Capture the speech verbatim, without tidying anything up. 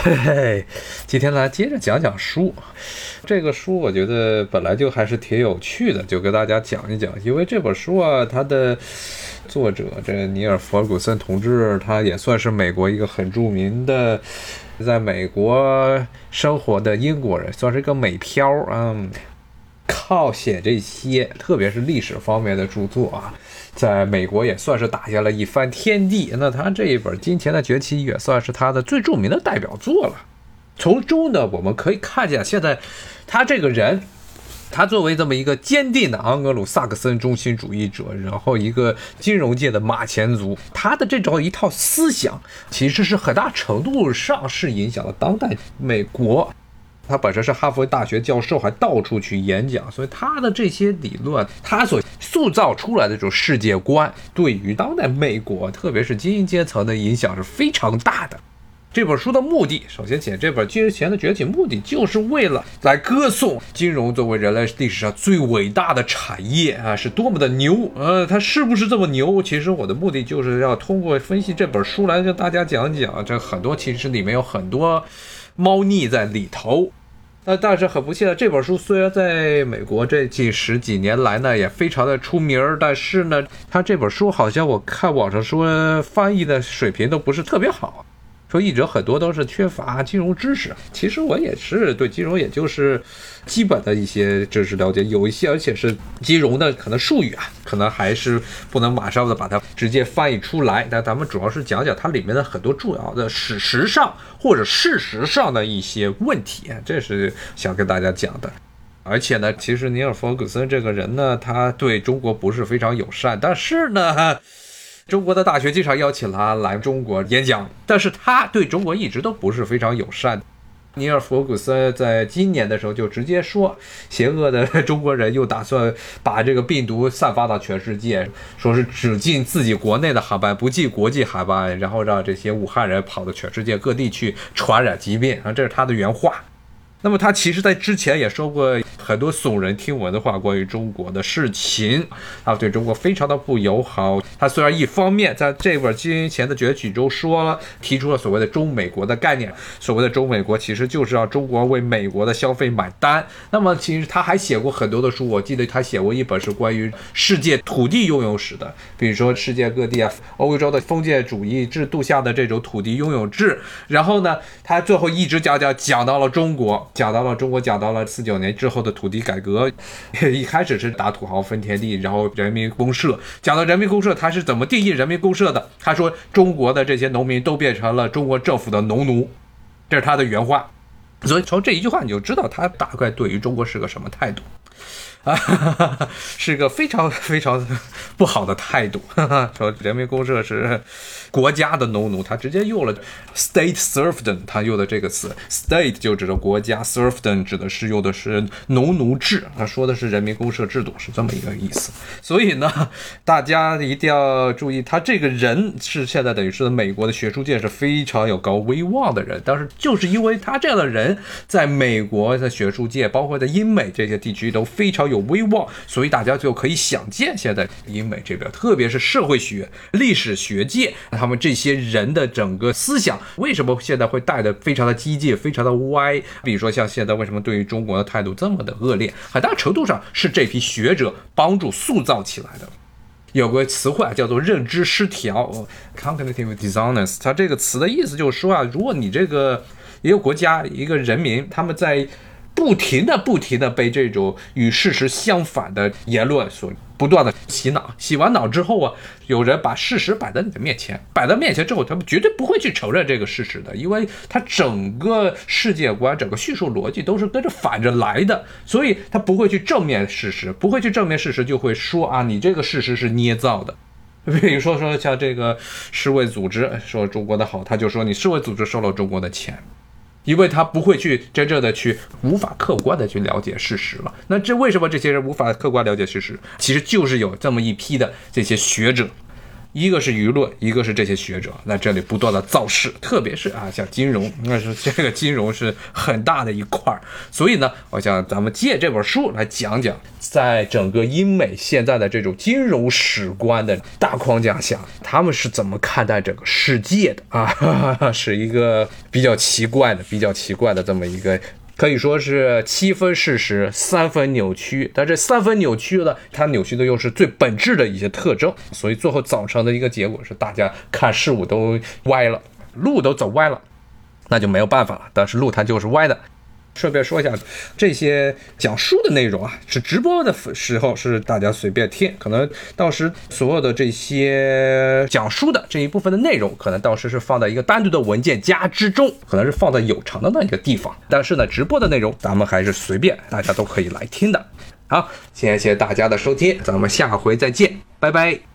嘿嘿，今天来接着讲讲书。这个书我觉得本来就还是挺有趣的，就跟大家讲一讲。因为这本书啊，它的作者这尼尔·弗格森同志，他也算是美国一个很著名的，在美国生活的英国人，算是一个美漂。嗯，靠写这些，特别是历史方面的著作啊，在美国也算是打下了一番天地。那他这一本《金钱的崛起》也算是他的最著名的代表作了。从中呢，我们可以看见现在他这个人，他作为这么一个坚定的盎格鲁撒克森中心主义者，然后一个金融界的马前卒，他的这种一套思想其实是很大程度上是影响了当代美国。他本身是哈佛大学教授，还到处去演讲，所以他的这些理论，他所塑造出来的这种世界观，对于当代美国，特别是精英阶层的影响是非常大的。这本书的目的，首先写这本《金钱的崛起》，目的就是为了来歌颂金融作为人类历史上最伟大的产业啊，是多么的牛。呃，它是不是这么牛？其实我的目的就是要通过分析这本书来跟大家讲讲，这很多其实里面有很多猫腻在里头。那但是很不幸的，这本书虽然在美国这近十几年来呢也非常的出名，但是呢，它这本书好像我看网上说翻译的水平都不是特别好。说译者很多都是缺乏金融知识，其实我也是对金融也就是基本的一些知识了解，有一些而且是金融的可能术语啊，可能还是不能马上的把它直接翻译出来，但咱们主要是讲讲它里面的很多重要的史实上或者事实上的一些问题，这是想跟大家讲的。而且呢，其实尼尔·弗格森这个人呢，他对中国不是非常友善，但是呢中国的大学经常邀请他来中国演讲，但是他对中国一直都不是非常友善。尼尔·弗格森在今年的时候就直接说，邪恶的中国人又打算把这个病毒散发到全世界，说是只进自己国内的航班，不进国际航班，然后让这些武汉人跑到全世界各地去传染疾病，这是他的原话。那么他其实在之前也说过很多耸人听闻的话，关于中国的事情，他对中国非常的不友好。他虽然一方面在这本《金钱的崛起》中说了，提出了所谓的中美国的概念，所谓的中美国其实就是让中国为美国的消费买单。那么其实他还写过很多的书，我记得他写过一本是关于世界土地拥有史的，比如说世界各地啊，欧洲的封建主义制度下的这种土地拥有制。然后呢，他最后一直讲讲讲到了中国。讲到了中国，讲到了四九年之后的土地改革，一开始是打土豪分田地，然后人民公社。讲到人民公社，他是怎么定义人民公社的？他说中国的这些农民都变成了中国政府的农奴，这是他的原话。所以从这一句话你就知道他大概对于中国是个什么态度啊，是个非常非常不好的态度。说人民公社是国家的农奴，他直接用了 state serfdom， 他用的这个词 state 就指的国家， serfdom 指的是用的是农奴制，他说的是人民公社制度，是这么一个意思。所以呢，大家一定要注意，他这个人是现在等于是美国的学术界是非常有高威望的人，但是就是因为他这样的人在美国在学术界包括在英美这些地区都非常有威望，所以大家就可以想见现在英美这边特别是社会学历史学界他们这些人的整个思想为什么现在会带的非常的激进非常的歪，比如说像现在为什么对于中国的态度这么的恶劣，很大程度上是这批学者帮助塑造起来的。有个词汇叫做认知失调 cognitive dissonance， 它这个词的意思就是说啊，如果你这个一个国家一个人民他们在不停的不停的被这种与事实相反的言论所不断的洗脑，洗完脑之后啊，有人把事实摆在你的面前，摆在面前之后，他们绝对不会去承认这个事实的，因为他整个世界观整个叙述逻辑都是跟着反着来的，所以他不会去正面事实，不会去正面事实就会说啊，你这个事实是捏造的。比如说说像这个世卫组织说中国的好，他就说你世卫组织收了中国的钱，因为他不会去真正的去无法客观的去了解事实了。那这为什么这些人无法客观了解事实？其实就是有这么一批的这些学者一个是舆论，一个是这些学者在这里不断的造势，特别是啊像金融，那是这个金融是很大的一块。所以呢，我想咱们借这本书来讲讲，在整个英美现在的这种金融史观的大框架下，他们是怎么看待这个世界的啊？哈哈，是一个比较奇怪的、比较奇怪的这么一个。可以说是七分事实，三分扭曲，但这三分扭曲呢，它扭曲的又是最本质的一些特征，所以最后造成的一个结果是大家看事物都歪了，路都走歪了，那就没有办法了，但是路它就是歪的。顺便说一下，这些讲书的内容啊，是直播的时候是大家随便听，可能到时所有的这些讲书的这一部分的内容，可能到时是放在一个单独的文件夹之中，可能是放在有偿的那一个地方。但是呢，直播的内容咱们还是随便，大家都可以来听的。好，谢谢大家的收听，咱们下回再见，拜拜。